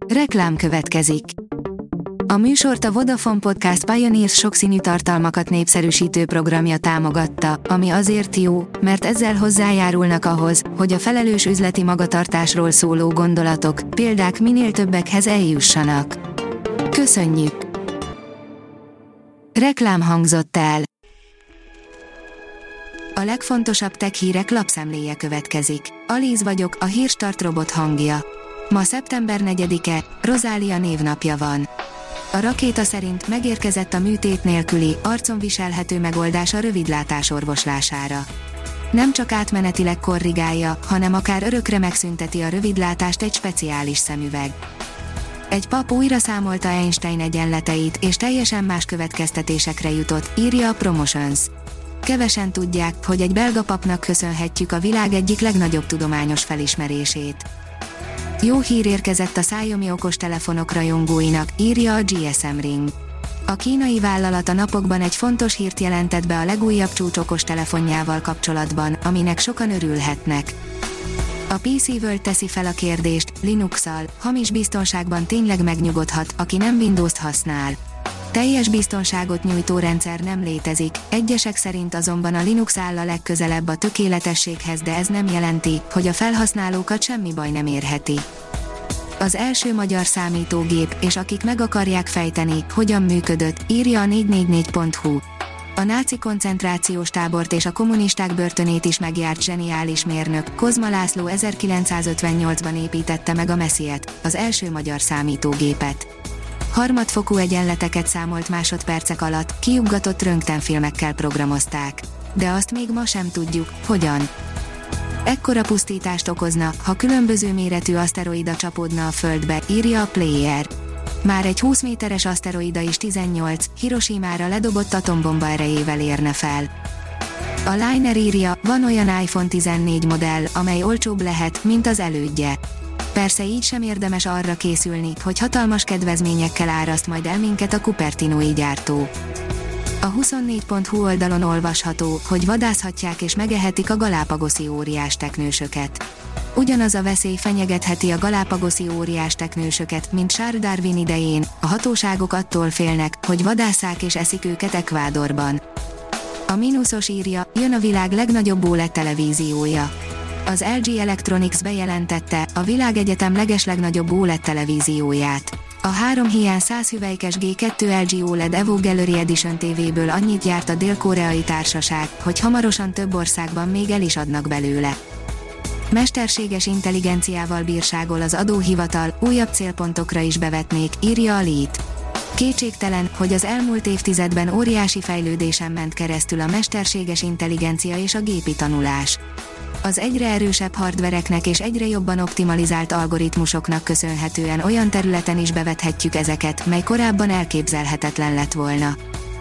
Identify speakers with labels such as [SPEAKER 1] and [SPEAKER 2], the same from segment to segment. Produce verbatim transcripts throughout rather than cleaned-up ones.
[SPEAKER 1] Reklám következik. A műsort a Vodafone Podcast Pioneers sokszínű tartalmakat népszerűsítő programja támogatta, ami azért jó, mert ezzel hozzájárulnak ahhoz, hogy a felelős üzleti magatartásról szóló gondolatok, példák minél többekhez eljussanak. Köszönjük! Reklám hangzott el. A legfontosabb tech hírek lapszemléje következik. Alíz vagyok, a Hírstart robot hangja. Ma szeptember negyedike, Rozália névnapja van. A rakéta szerint megérkezett a műtét nélküli, arcon viselhető megoldás a rövidlátás orvoslására. Nem csak átmenetileg korrigálja, hanem akár örökre megszünteti a rövidlátást egy speciális szemüveg. Egy pap újra számolta Einstein egyenleteit, és teljesen más következtetésekre jutott, írja a Promotions. Kevesen tudják, hogy egy belga papnak köszönhetjük a világ egyik legnagyobb tudományos felismerését. Jó hír érkezett a Xiaomi okostelefonok rajongóinak, írja a gé es em Ring. A kínai vállalat a napokban egy fontos hírt jelentett be a legújabb csúcs okostelefonjával kapcsolatban, aminek sokan örülhetnek. A pé cé World teszi fel a kérdést, Linuxal, hamis biztonságban tényleg megnyugodhat, aki nem Windows-t használ. Teljes biztonságot nyújtó rendszer nem létezik, egyesek szerint azonban a Linux áll a legközelebb a tökéletességhez, de ez nem jelenti, hogy a felhasználókat semmi baj nem érheti. Az első magyar számítógép, és akik meg akarják fejteni, hogyan működött, írja a négy négy négy pont hu. A náci koncentrációs tábort és a kommunisták börtönét is megjárt zseniális mérnök, Kozma László ezerkilencszázötvennyolcban építette meg a Messiet, az első magyar számítógépet. Harmadfokú egyenleteket számolt másodpercek alatt, kiuggatott röntgenfilmekkel programozták. De azt még ma sem tudjuk, hogyan. Ekkora pusztítást okozna, ha különböző méretű aszteroida csapódna a Földbe, írja a Player. Már egy húsz méteres aszteroida is tizennyolc, Hiroshimára ledobott atombomba erejével érne fel. A Liner írja, van olyan iPhone tizennégy modell, amely olcsóbb lehet, mint az elődje. Persze így sem érdemes arra készülni, hogy hatalmas kedvezményekkel áraszt majd el minket a Cupertinoi gyártó. A huszonnégy pont hu oldalon olvasható, hogy vadászhatják és megehetik a galápagoszi óriás teknősöket. Ugyanaz a veszély fenyegetheti a galápagoszi óriás teknősöket, mint Charles Darwin idején, a hatóságok attól félnek, hogy vadásszák és eszik őket Ecuadorban. A mínuszos írja, jön a világ legnagyobb ó el e dé televíziója. Az el gé Electronics bejelentette a világegyetem legeslegnagyobb ó el e dé televízióját. A három hiány száz hüvelykes gé kettő el gé ó el e dé Evo Gallery Edition tévéből annyit gyárt a dél-koreai társaság, hogy hamarosan több országban még el is adnak belőle. Mesterséges intelligenciával bírságol az adóhivatal, újabb célpontokra is bevetnék, írja a Lét. Kétségtelen, hogy az elmúlt évtizedben óriási fejlődésen ment keresztül a mesterséges intelligencia és a gépi tanulás. Az egyre erősebb hardvereknek és egyre jobban optimalizált algoritmusoknak köszönhetően olyan területen is bevethetjük ezeket, mely korábban elképzelhetetlen lett volna.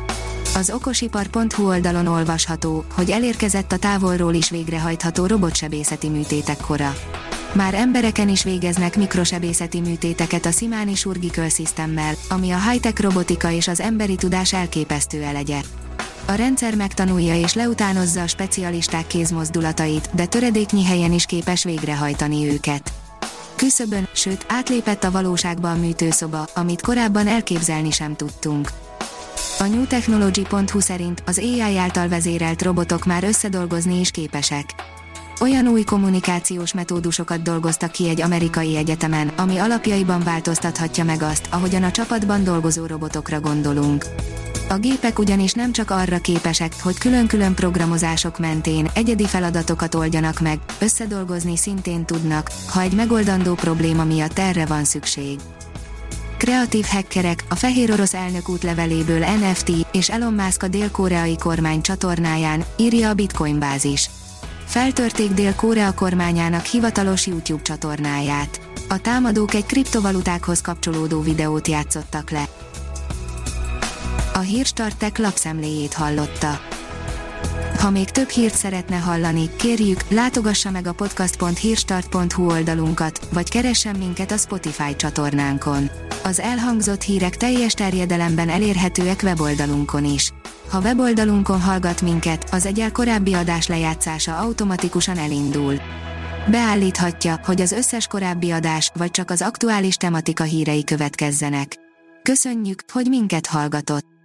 [SPEAKER 1] Az okosipar pont hu oldalon olvasható, hogy elérkezett a távolról is végrehajtható robotsebészeti műtétek kora. Már embereken is végeznek mikrosebészeti műtéteket a Simani Surgical Systemmel, ami a high-tech robotika és az emberi tudás elképesztő elegye. A rendszer megtanulja és leutánozza a specialisták kézmozdulatait, de töredéknyi helyen is képes végrehajtani őket. Küszöbön, sőt, átlépett a valóságba a műtőszoba, amit korábban elképzelni sem tudtunk. A new technology pont hu szerint az á i által vezérelt robotok már összedolgozni is képesek. Olyan új kommunikációs metódusokat dolgoztak ki egy amerikai egyetemen, ami alapjaiban változtathatja meg azt, ahogyan a csapatban dolgozó robotokra gondolunk. A gépek ugyanis nem csak arra képesek, hogy külön-külön programozások mentén egyedi feladatokat oldjanak meg, összedolgozni szintén tudnak, ha egy megoldandó probléma miatt erre van szükség. Kreatív hackerek, a fehér orosz elnök útleveléből en ef té, és Elon Musk a dél-koreai kormány csatornáján, írja a Bitcoin bázis. Feltörték Dél-Korea kormányának hivatalos YouTube csatornáját. A támadók egy kriptovalutákhoz kapcsolódó videót játszottak le. A Hírstart Tech lapszemléjét hallotta. Ha még több hírt szeretne hallani, kérjük, látogassa meg a podcast pont hírstart pont hu oldalunkat, vagy keressen minket a Spotify csatornánkon. Az elhangzott hírek teljes terjedelemben elérhetőek weboldalunkon is. Ha weboldalunkon hallgat minket, az egyel korábbi adás lejátszása automatikusan elindul. Beállíthatja, hogy az összes korábbi adás, vagy csak az aktuális tematika hírei következzenek. Köszönjük, hogy minket hallgatott!